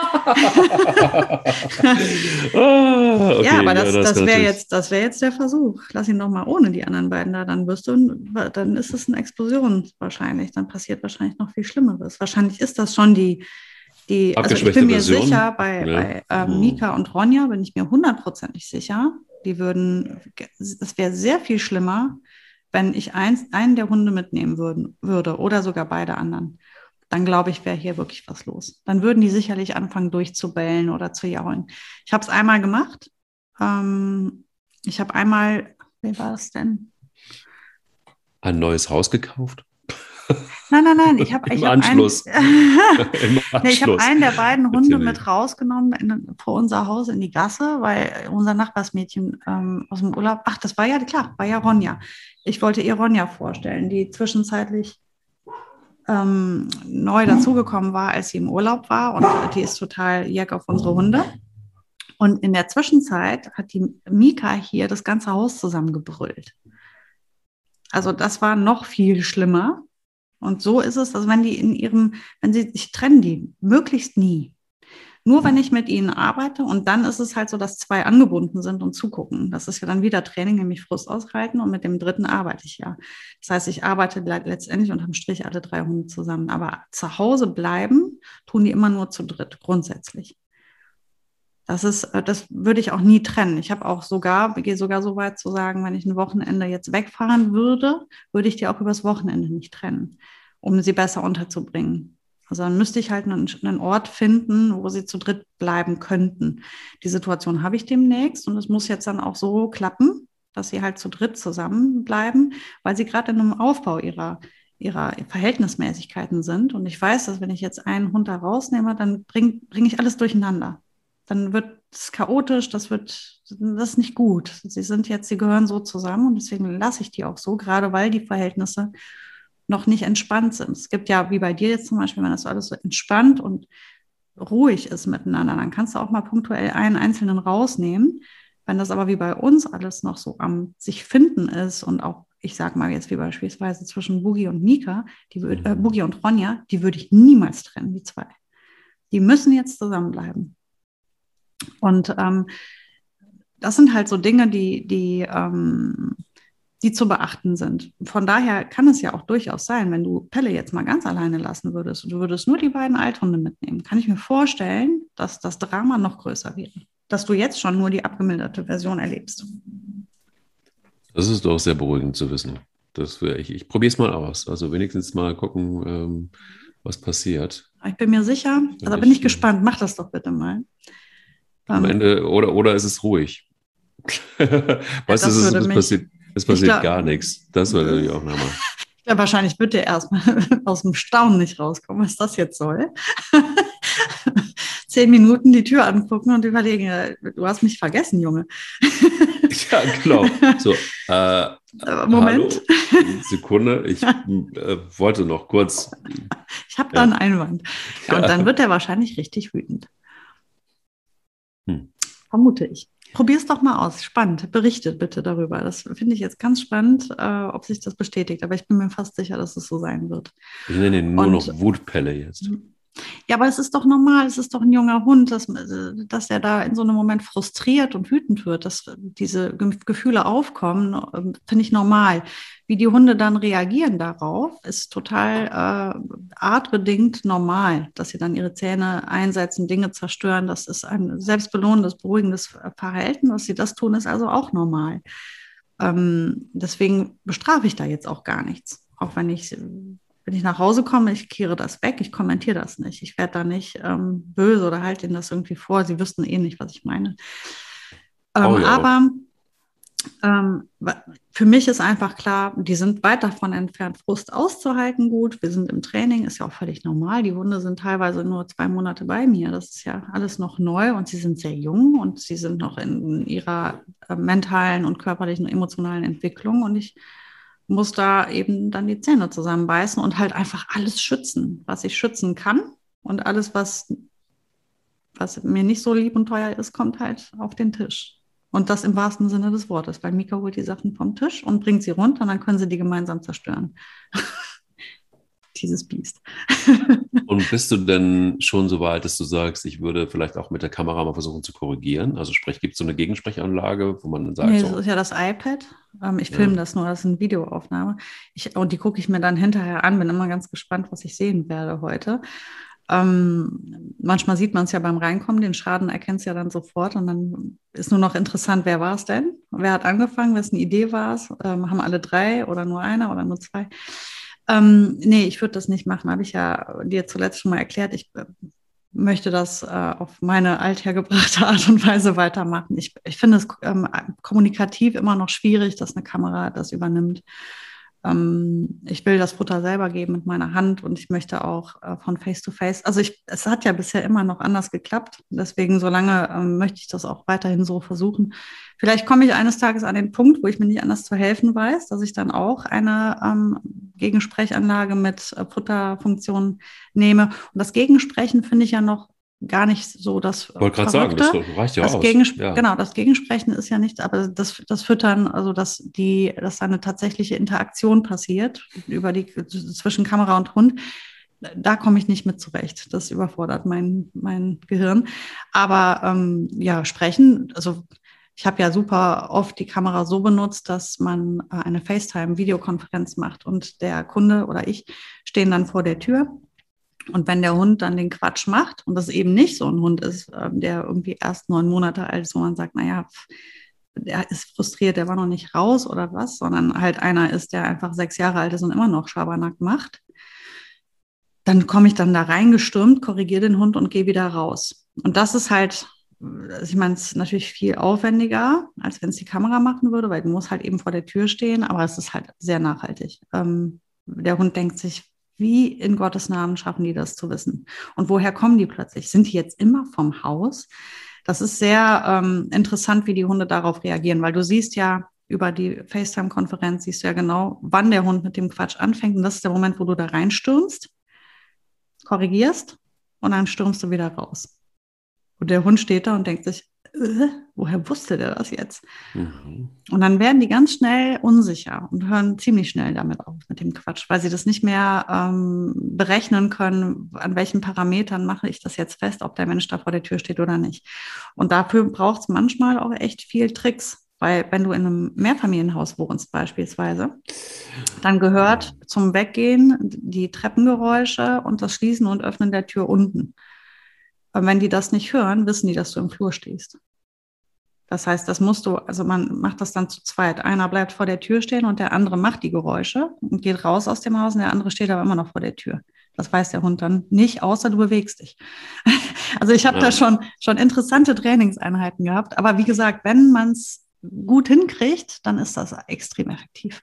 Okay, Ja, aber ja, das das kann wäre natürlich. jetzt der Versuch. Lass ihn doch mal ohne die anderen beiden da, dann ist es eine Explosion wahrscheinlich. Dann passiert wahrscheinlich noch viel Schlimmeres. Wahrscheinlich ist das schon also ich bin Abgeschwächte mir sicher, Version. Ja. Mika und Ronja bin ich mir hundertprozentig sicher, es wäre sehr viel schlimmer, wenn ich einen der Hunde mitnehmen würde oder sogar beide anderen. Dann glaube ich, wäre hier wirklich was los. Dann würden die sicherlich anfangen durchzubellen oder zu jaulen. Ich habe es einmal gemacht. Ich habe einmal, wie war das denn? Ein neues Haus gekauft? Nein, Im Anschluss. Im nee, ich habe Anschluss. einen der beiden Hunde Natürlich. mit rausgenommen vor unser Haus in die Gasse, weil unser Nachbarsmädchen aus dem Urlaub, ach, das war ja klar, war ja Ronja. Ich wollte ihr Ronja vorstellen, die zwischenzeitlich neu dazugekommen war, als sie im Urlaub war, und die ist total jack auf unsere Hunde. Und in der Zwischenzeit hat die Mika hier das ganze Haus zusammengebrüllt. Also das war noch viel schlimmer. Und so ist es, also ich trenne die möglichst nie. Nur wenn ich mit ihnen arbeite, und dann ist es halt so, dass zwei angebunden sind und zugucken. Das ist ja dann wieder Training, nämlich Frust aushalten, und mit dem dritten arbeite ich ja. Das heißt, ich arbeite letztendlich unterm Strich alle 3 Hunde zusammen. Aber zu Hause bleiben tun die immer nur zu dritt, grundsätzlich. Das würde ich auch nie trennen. Gehe sogar so weit zu sagen, wenn ich ein Wochenende jetzt wegfahren würde, würde ich die auch übers Wochenende nicht trennen, um sie besser unterzubringen. Also dann müsste ich halt einen Ort finden, wo sie zu dritt bleiben könnten. Die Situation habe ich demnächst, und es muss jetzt dann auch so klappen, dass sie halt zu dritt zusammenbleiben, weil sie gerade in einem Aufbau ihrer Verhältnismäßigkeiten sind. Und ich weiß, dass wenn ich jetzt einen Hund da rausnehme, dann bring ich alles durcheinander. Dann wird es chaotisch, das ist nicht gut. Sie gehören so zusammen, und deswegen lasse ich die auch so, gerade weil die Verhältnisse noch nicht entspannt sind. Es gibt ja, wie bei dir jetzt zum Beispiel, wenn das alles so entspannt und ruhig ist miteinander, dann kannst du auch mal punktuell einen einzelnen rausnehmen. Wenn das aber wie bei uns alles noch so am sich finden ist, und auch, ich sag mal jetzt wie beispielsweise zwischen Boogie und Mika, Boogie und Ronja, die würde ich niemals trennen, die zwei. Die müssen jetzt zusammenbleiben. Und das sind halt so Dinge, die zu beachten sind. Von daher kann es ja auch durchaus sein, wenn du Pelle jetzt mal ganz alleine lassen würdest und du würdest nur die beiden Althunde mitnehmen, kann ich mir vorstellen, dass das Drama noch größer wäre. Dass du jetzt schon nur die abgemilderte Version erlebst. Das ist doch sehr beruhigend zu wissen. Ich probiere es mal aus. Also wenigstens mal gucken, was passiert. Ich bin mir sicher, also bin ich gespannt, mach das doch bitte mal. Am Ende, oder ist es ruhig? Weißt du, es passiert gar nichts. Das wäre natürlich auch ein Hammer. Ja, wahrscheinlich wird der erstmal aus dem Staunen nicht rauskommen, was das jetzt soll. 10 Minuten die Tür angucken und überlegen, du hast mich vergessen, Junge. Ja, genau. So, Moment. Hallo, Sekunde, ich wollte noch kurz. Ich habe da einen Einwand. Ja, und dann wird er wahrscheinlich richtig wütend. Vermute ich. Probier es doch mal aus. Spannend. Berichtet bitte darüber. Das finde ich jetzt ganz spannend, ob sich das bestätigt. Aber ich bin mir fast sicher, dass es so sein wird. Ich nenne ihn nur noch Wutpelle jetzt. Ja, aber es ist doch normal, es ist doch ein junger Hund, dass er da in so einem Moment frustriert und wütend wird, dass diese Gefühle aufkommen, finde ich normal. Wie die Hunde dann reagieren darauf, ist total artbedingt normal, dass sie dann ihre Zähne einsetzen, Dinge zerstören. Das ist ein selbstbelohnendes, beruhigendes Verhalten. Dass sie das tun, ist also auch normal. Deswegen bestrafe ich da jetzt auch gar nichts, auch wenn ich nach Hause komme, ich kehre das weg, ich kommentiere das nicht. Ich werde da nicht böse oder halte ihnen das irgendwie vor. Sie wüssten eh nicht, was ich meine. Aber für mich ist einfach klar, die sind weit davon entfernt, Frust auszuhalten gut. Wir sind im Training, ist ja auch völlig normal. Die Hunde sind teilweise nur 2 Monate bei mir. Das ist ja alles noch neu, und sie sind sehr jung und sie sind noch in ihrer mentalen und körperlichen und emotionalen Entwicklung. Und ich muss da eben dann die Zähne zusammenbeißen und halt einfach alles schützen, was ich schützen kann. Und alles, was mir nicht so lieb und teuer ist, kommt halt auf den Tisch. Und das im wahrsten Sinne des Wortes, weil Mika holt die Sachen vom Tisch und bringt sie runter und dann können sie die gemeinsam zerstören. Dieses Biest. Und bist du denn schon so weit, dass du sagst, ich würde vielleicht auch mit der Kamera mal versuchen zu korrigieren? Also sprich, gibt es so eine Gegensprechanlage, wo man dann sagt, Nee, das so, ist ja das iPad. Ich ja, filme das nur, das ist eine Videoaufnahme. Und die gucke ich mir dann hinterher an, bin immer ganz gespannt, was ich sehen werde heute. Manchmal sieht man es ja beim Reinkommen, den Schaden erkennt es ja dann sofort und dann ist nur noch interessant, wer war es denn? Wer hat angefangen, wessen Idee war es? Haben alle drei oder nur einer oder nur zwei? Nee, ich würde das nicht machen, habe ich ja dir zuletzt schon mal erklärt. Ich möchte das auf meine althergebrachte Art und Weise weitermachen. Ich finde es kommunikativ immer noch schwierig, dass eine Kamera das übernimmt. Ich will das Futter selber geben mit meiner Hand und ich möchte auch von Face to Face. Also es hat ja bisher immer noch anders geklappt. Deswegen, solange möchte ich das auch weiterhin so versuchen. Vielleicht komme ich eines Tages an den Punkt, wo ich mir nicht anders zu helfen weiß, dass ich dann auch eine Gegensprechanlage mit Futterfunktion nehme. Und das Gegensprechen finde ich ja noch gar nicht so das wollte gerade sagen, das Verrückte. reicht ja aus. Ja. Genau, das Gegensprechen ist ja nicht, aber das Füttern, also dass eine tatsächliche Interaktion passiert zwischen Kamera und Hund, da komme ich nicht mit zurecht. Das überfordert mein Gehirn. Aber ja, sprechen, also ich habe ja super oft die Kamera so benutzt, dass man eine FaceTime-Videokonferenz macht und der Kunde oder ich stehen dann vor der Tür. Und wenn der Hund dann den Quatsch macht und das eben nicht so ein Hund ist, der irgendwie erst 9 Monate alt ist, wo man sagt, naja, der ist frustriert, der war noch nicht raus oder was, sondern halt einer ist, der einfach 6 Jahre alt ist und immer noch Schabernack macht, dann komme ich dann da reingestürmt, korrigiere den Hund und gehe wieder raus. Und das ist halt, ich meine, es ist natürlich viel aufwendiger, als wenn es die Kamera machen würde, weil du musst halt eben vor der Tür stehen, aber es ist halt sehr nachhaltig. Der Hund denkt sich, wie in Gottes Namen schaffen die das zu wissen? Und woher kommen die plötzlich? Sind die jetzt immer vom Haus? Das ist sehr interessant, wie die Hunde darauf reagieren, weil du siehst ja über die FaceTime-Konferenz, siehst du ja genau, wann der Hund mit dem Quatsch anfängt. Und das ist der Moment, wo du da reinstürmst, korrigierst und dann stürmst du wieder raus. Und der Hund steht da und denkt sich, woher wusste der das jetzt? Mhm. Und dann werden die ganz schnell unsicher und hören ziemlich schnell damit auf, mit dem Quatsch, weil sie das nicht mehr berechnen können, an welchen Parametern mache ich das jetzt fest, ob der Mensch da vor der Tür steht oder nicht. Und dafür braucht es manchmal auch echt viel Tricks, weil wenn du in einem Mehrfamilienhaus wohnst beispielsweise, dann gehört zum Weggehen die Treppengeräusche und das Schließen und Öffnen der Tür unten. Und wenn die das nicht hören, wissen die, dass du im Flur stehst. Das heißt, das musst du, also man macht das dann zu zweit. Einer bleibt vor der Tür stehen und der andere macht die Geräusche und geht raus aus dem Haus und der andere steht aber immer noch vor der Tür. Das weiß der Hund dann nicht, außer du bewegst dich. Also ich habe da schon interessante Trainingseinheiten gehabt. Aber wie gesagt, wenn man es gut hinkriegt, dann ist das extrem effektiv.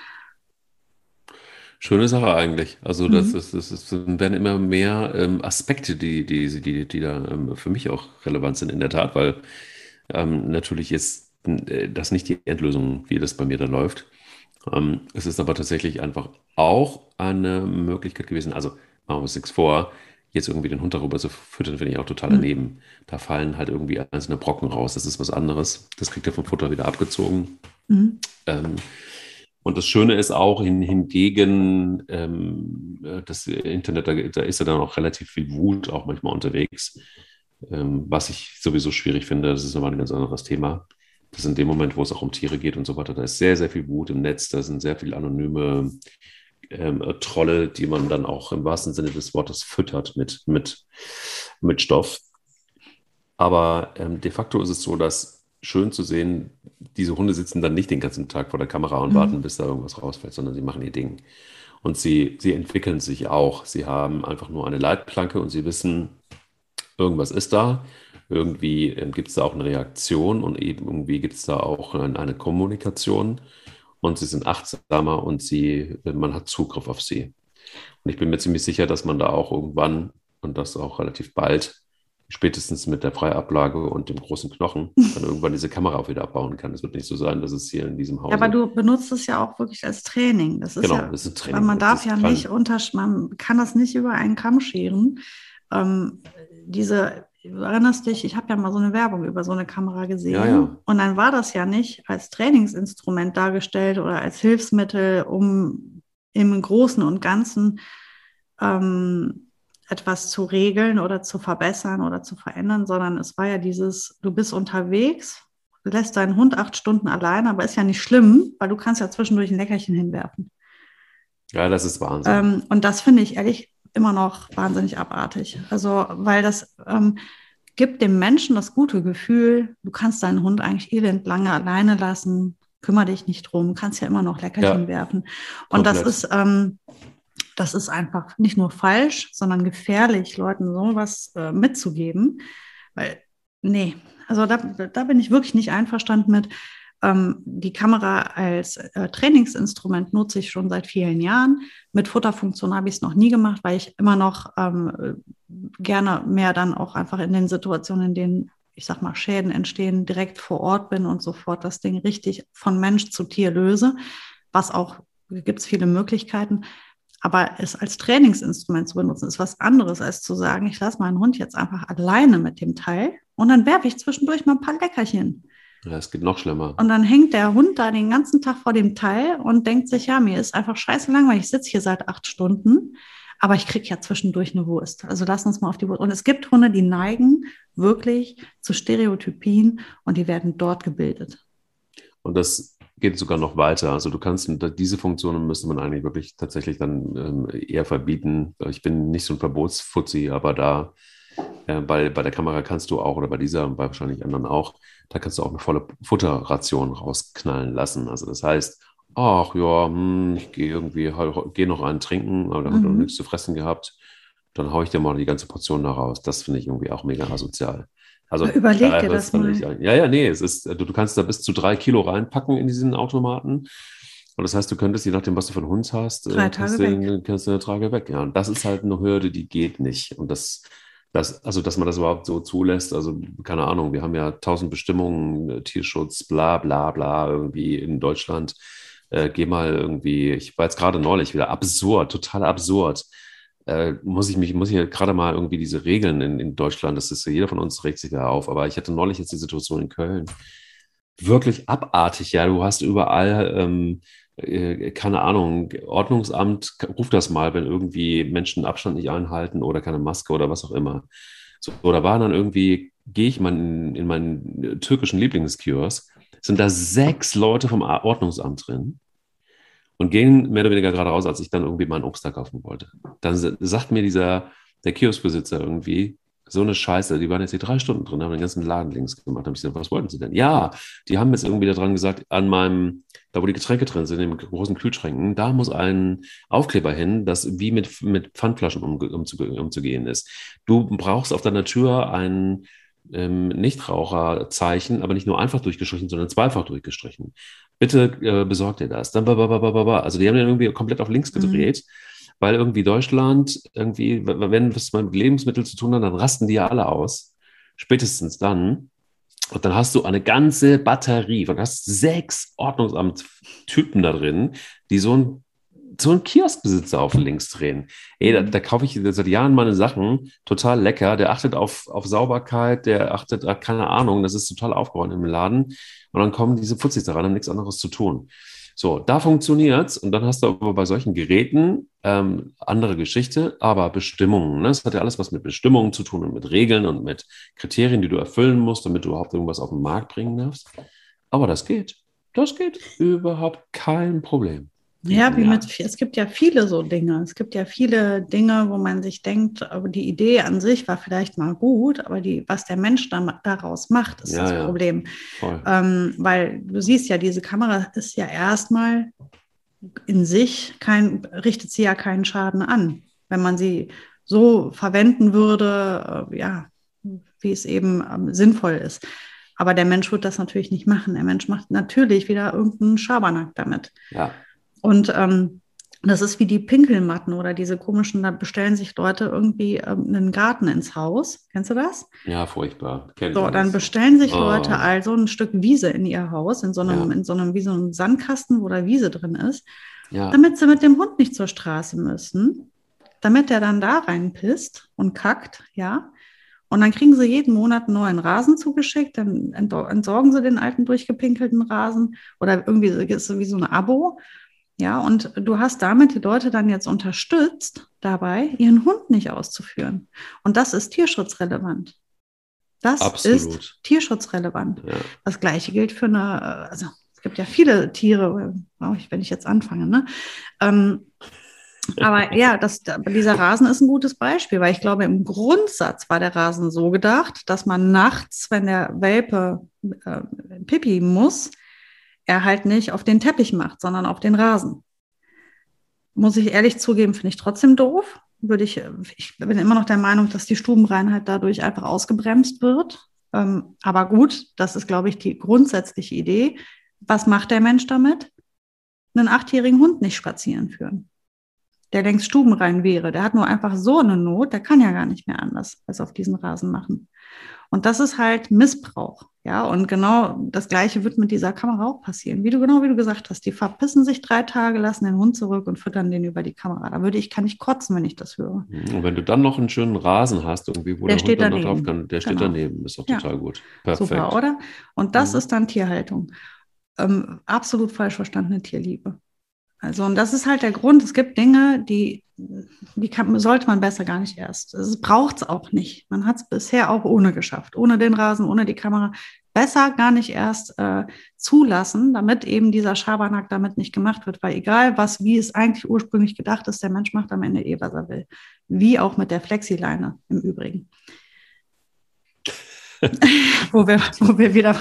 Schöne Sache eigentlich. Also Mhm. das werden immer mehr Aspekte, die da für mich auch relevant sind in der Tat, weil natürlich ist das nicht die Endlösung, wie das bei mir da läuft. Es ist aber tatsächlich einfach auch eine Möglichkeit gewesen. Also machen wir uns nichts vor, jetzt irgendwie den Hund darüber zu füttern, finde ich auch total Mhm. daneben. Da fallen halt irgendwie einzelne Brocken raus. Das ist was anderes. Das kriegt er vom Futter wieder abgezogen. Mhm. Ähm, und das Schöne ist auch hingegen, das Internet, da ist ja dann auch relativ viel Wut auch manchmal unterwegs, was ich sowieso schwierig finde. Das ist nochmal ein ganz anderes Thema. Das ist in dem Moment, wo es auch um Tiere geht und so weiter, da ist sehr, sehr viel Wut im Netz. Da sind sehr viele anonyme Trolle, die man dann auch im wahrsten Sinne des Wortes füttert mit Stoff. Aber de facto ist es so, dass schön zu sehen, diese Hunde sitzen dann nicht den ganzen Tag vor der Kamera und warten, Mhm. bis da irgendwas rausfällt, sondern sie machen ihr Ding. Und sie entwickeln sich auch. Sie haben einfach nur eine Leitplanke und sie wissen, irgendwas ist da. Irgendwie gibt es da auch eine Reaktion und eben irgendwie gibt es da auch eine Kommunikation. Und sie sind achtsamer und man hat Zugriff auf sie. Und ich bin mir ziemlich sicher, dass man da auch irgendwann und das auch relativ bald, spätestens mit der Freiablage und dem großen Knochen, dann irgendwann diese Kamera auch wieder abbauen kann. Es wird nicht so sein, dass es hier in diesem Ja, aber Hause, du benutzt es ja auch wirklich als Training. Das ist genau, ja, das ist weil Training. man Das darf ist ja nicht kein, man kann das nicht über einen Kamm scheren. Ähm, diese du erinnerst dich, ich habe ja mal so eine Werbung über so eine Kamera Ja, gesehen ja. und dann war das ja nicht als Trainingsinstrument dargestellt oder als Hilfsmittel, um im Großen und Ganzen etwas zu regeln oder zu verbessern oder zu verändern, sondern es war ja dieses, du bist unterwegs, lässt deinen Hund 8 Stunden allein, aber ist ja nicht schlimm, weil du kannst ja zwischendurch ein Leckerchen hinwerfen. Ja, das ist Wahnsinn. Und das finde ich ehrlich immer noch wahnsinnig abartig. Also, weil das gibt dem Menschen das gute Gefühl, du kannst deinen Hund eigentlich elend lange alleine lassen, kümmere dich nicht drum, kannst ja immer noch Leckerchen Ja, werfen. Und komplett. das ist einfach nicht nur falsch, sondern gefährlich, Leuten sowas mitzugeben. Weil, nee, also da bin ich wirklich nicht einverstanden mit. Die Kamera als Trainingsinstrument nutze ich schon seit vielen Jahren. Mit Futterfunktion habe ich es noch nie gemacht, weil ich immer noch gerne mehr dann auch einfach in den Situationen, in denen, ich sag mal, Schäden entstehen, direkt vor Ort bin und sofort das Ding richtig von Mensch zu Tier löse. Was auch, gibt es viele Möglichkeiten. Aber es als Trainingsinstrument zu benutzen, ist was anderes, als zu sagen, ich lasse meinen Hund jetzt einfach alleine mit dem Teil und dann werfe ich zwischendurch mal ein paar Leckerchen. Ja, es geht noch schlimmer. Und dann hängt der Hund da den ganzen Tag vor dem Teil und denkt sich, ja, mir ist einfach scheiße langweilig, ich sitze hier seit 8 Stunden, aber ich kriege ja zwischendurch eine Wurst. Also lass uns mal auf die Wurst. Und es gibt Hunde, die neigen wirklich zu Stereotypien und die werden dort gebildet. Und das geht sogar noch weiter. Also du kannst, diese Funktionen müsste man eigentlich wirklich tatsächlich dann eher verbieten. Ich bin nicht so ein Verbotsfuzzi, aber da bei der Kamera kannst du auch, oder bei dieser und bei wahrscheinlich anderen auch, da kannst du auch eine volle Futterration rausknallen lassen. Also das heißt, ach ja, ich gehe irgendwie, gehe noch einen trinken, aber der hat noch nichts zu fressen gehabt. Dann haue ich dir mal die ganze Portion da raus. Das finde ich irgendwie auch mega asozial. Aber Also überleg da dir hört es das dann mal. nicht ein. Ja, ja, nee, es ist, du kannst da bis zu 3 Kilo reinpacken in diesen Automaten. Und das heißt, du könntest, je nachdem, was du für einen Hund hast, 3 Tage weg. kannst du eine Trage weg. Ja, und das ist halt eine Hürde, die geht nicht. Und also, dass man das überhaupt so zulässt, also keine Ahnung, wir haben ja 1000 Bestimmungen, Tierschutz, bla, bla, bla, irgendwie in Deutschland. Geh mal irgendwie, ich war jetzt gerade neulich wieder absurd, total absurd. Muss ich gerade mal irgendwie diese Regeln in Deutschland, das ist jeder von uns regt sich da auf, aber ich hatte neulich jetzt die Situation in Köln, wirklich abartig, ja, du hast überall, keine Ahnung, Ordnungsamt, ruf das mal, wenn irgendwie Menschen Abstand nicht einhalten oder keine Maske oder was auch immer. So, da waren dann irgendwie, gehe ich mal in meinen türkischen Lieblingskiosk, sind da 6 Leute vom Ordnungsamt drin und gehen mehr oder weniger gerade raus, als ich dann irgendwie meinen Obst da kaufen wollte. Dann sagt mir der Kioskbesitzer irgendwie, so eine Scheiße, die waren jetzt hier 3 Stunden drin, haben den ganzen Laden links gemacht. Da habe ich gesagt, was wollten sie denn? Ja, die haben jetzt irgendwie da dran gesagt, da wo die Getränke drin sind, in den großen Kühlschränken, da muss ein Aufkleber hin, das wie mit Pfandflaschen umzugehen ist. Du brauchst auf deiner Tür ein Nichtraucherzeichen, aber nicht nur einfach durchgestrichen, sondern zweifach durchgestrichen. Bitte besorgt ihr das. Dann, also die haben den irgendwie komplett auf links Mhm. gedreht, weil irgendwie Deutschland, irgendwie, wenn was mit Lebensmitteln zu tun hat, dann rasten die ja alle aus. Spätestens dann. Und dann hast du eine ganze Batterie, du hast 6 Ordnungsamt-Typen da drin, die so einen Kioskbesitzer auf links drehen. Ey, da kaufe ich seit Jahren meine Sachen, total lecker. Der achtet auf Sauberkeit, der achtet, keine Ahnung, das ist total aufgeräumt im Laden. Und dann kommen diese Fuzzis da rein, haben nichts anderes zu tun. So, da funktioniert's. Und dann hast du aber bei solchen Geräten andere Geschichte, aber Bestimmungen. Ne? Das hat ja alles was mit Bestimmungen zu tun und mit Regeln und mit Kriterien, die du erfüllen musst, damit du überhaupt irgendwas auf den Markt bringen darfst. Aber das geht. Das geht überhaupt kein Problem. Wie, Ja, ja, es gibt ja viele so Dinge. Es gibt ja viele Dinge, wo man sich denkt, aber die Idee an sich war vielleicht mal gut, aber was der Mensch daraus macht, ist ja, das ja, Problem. voll. Weil du siehst ja, diese Kamera ist ja erstmal in sich richtet sie ja keinen Schaden an. Wenn man sie so verwenden würde, ja, wie es eben sinnvoll ist. Aber der Mensch wird das natürlich nicht machen. Der Mensch macht natürlich wieder irgendeinen Schabernack damit. Ja, Und das ist wie die Pinkelmatten oder diese komischen, da bestellen sich Leute irgendwie einen Garten ins Haus. Kennst du das? ja, furchtbar. Kenne ich So, dann alles. bestellen sich Leute Oh, also ein Stück Wiese in ihr Haus, ja, wie so einem Sandkasten, wo da Wiese drin ist, ja, damit sie mit dem Hund nicht zur Straße müssen, damit der dann da reinpisst und kackt, ja. Und dann kriegen sie jeden Monat einen neuen Rasen zugeschickt, dann entsorgen sie den alten durchgepinkelten Rasen oder irgendwie ist es wie so ein Abo. Ja, und du hast damit die Leute dann jetzt unterstützt, dabei ihren Hund nicht auszuführen. Und das ist tierschutzrelevant. Das Absolut. ist tierschutzrelevant. Ja. Das Gleiche gilt für also es gibt ja viele Tiere, wenn ich jetzt anfange, ne? Aber ja, dieser Rasen ist ein gutes Beispiel, weil ich glaube, im Grundsatz war der Rasen so gedacht, dass man nachts, wenn der Welpe Pipi muss, er halt nicht auf den Teppich macht, sondern auf den Rasen. Muss ich ehrlich zugeben, finde ich trotzdem doof. Ich bin immer noch der Meinung, dass die Stubenreinheit dadurch einfach ausgebremst wird. Aber gut, das ist, glaube ich, die grundsätzliche Idee. Was macht der Mensch damit? Einen 8-jährigen Hund nicht spazieren führen, der längst stubenrein wäre. Der hat nur einfach so eine Not, der kann ja gar nicht mehr anders als auf diesen Rasen machen. Und das ist halt Missbrauch. Ja, und genau das Gleiche wird mit dieser Kamera auch passieren. Wie du gesagt hast, die verpissen sich 3 Tage, lassen den Hund zurück und füttern den über die Kamera. Kann ich kotzen, wenn ich das höre. Und wenn du dann noch einen schönen Rasen hast, irgendwie, wo der Hund dann noch drauf kann, der steht daneben. Ist doch total gut. Perfekt. Super, oder? Und das ist dann Tierhaltung. Absolut falsch verstandene Tierliebe. Also, und das ist halt der Grund. Es gibt Dinge, die sollte man besser gar nicht erst. Es braucht es auch nicht. Man hat es bisher auch ohne geschafft. Ohne den Rasen, ohne die Kamera. Besser gar nicht erst zulassen, damit eben dieser Schabernack damit nicht gemacht wird. Weil egal wie es eigentlich ursprünglich gedacht ist, der Mensch macht am Ende was er will. Wie auch mit der Flexileine im Übrigen. wo wir wieder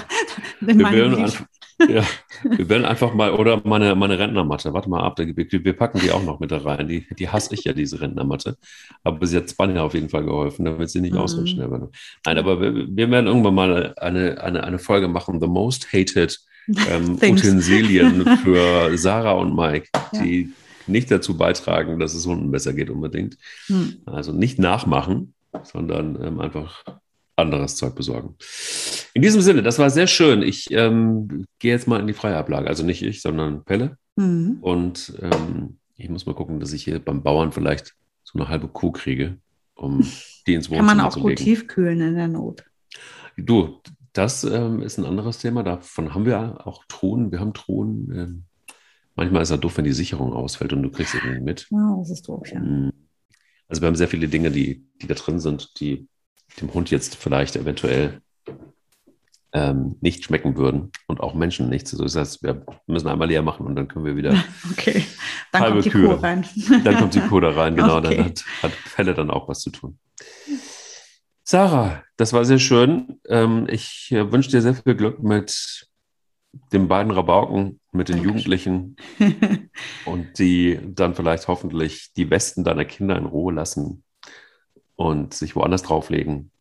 wir werden einfach mal, oder meine Rentnermatte, warte mal ab, wir packen die auch noch mit da rein. Die hasse ich ja, diese Rentnermatte. Aber sie hat Spanja auf jeden Fall geholfen, damit sie nicht ausrutscht. Nein, aber wir werden irgendwann mal eine Folge machen, The Most Hated Utensilien für Sarah und Mike, die nicht dazu beitragen, dass es Hunden besser geht unbedingt. Also nicht nachmachen, sondern einfach anderes Zeug besorgen. In diesem Sinne, das war sehr schön. Ich gehe jetzt mal in die freie Ablage. Also nicht ich, sondern Pelle. Und ich muss mal gucken, dass ich hier beim Bauern vielleicht so eine halbe Kuh kriege, um die ins Wohnzimmer zu legen. Kann man auch gut tiefkühlen in der Not. Du, das ist ein anderes Thema. Davon haben wir auch Truhen. Wir haben Truhen. Manchmal ist es doof, wenn die Sicherung ausfällt und du kriegst es nicht mit. Ja, das ist doof, ja. Also wir haben sehr viele Dinge, die da drin sind, die dem Hund jetzt vielleicht eventuell nicht schmecken würden und auch Menschen nichts. Also das heißt, wir müssen einmal leer machen und dann können wir wieder okay, dann kommt die Kuh rein. Dann kommt die Kuh da rein, genau. Okay. Dann hat Pelle dann auch was zu tun. Sarah, das war sehr schön. Ich wünsche dir sehr viel Glück mit den beiden Rabauken, mit den Jugendlichen und die dann vielleicht hoffentlich die Westen deiner Kinder in Ruhe lassen und sich woanders drauflegen,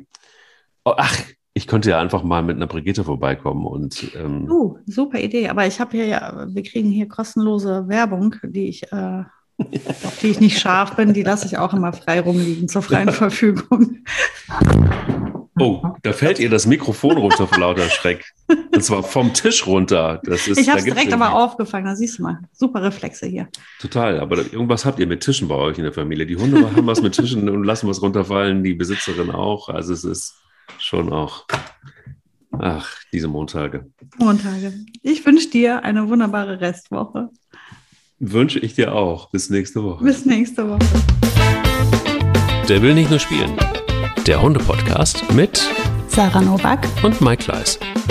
ich könnte ja einfach mal mit einer Brigitte vorbeikommen und super Idee, aber wir kriegen hier kostenlose Werbung, auf die ich nicht scharf bin, die lasse ich auch immer frei rumliegen zur freien Verfügung. Oh, da fällt ihr das Mikrofon runter vor lauter Schreck. Und zwar vom Tisch runter. Ich habe es direkt aber aufgefangen, da siehst du mal. Super Reflexe hier. Total, aber irgendwas habt ihr mit Tischen bei euch in der Familie. Die Hunde haben was mit Tischen und lassen was runterfallen, die Besitzerin auch. Also es ist schon auch, diese Montage. Ich wünsche dir eine wunderbare Restwoche. Wünsche ich dir auch. Bis nächste Woche. Der will nicht nur spielen. Der Hunde-Podcast mit Sarah Nowak und Mike Kleiss.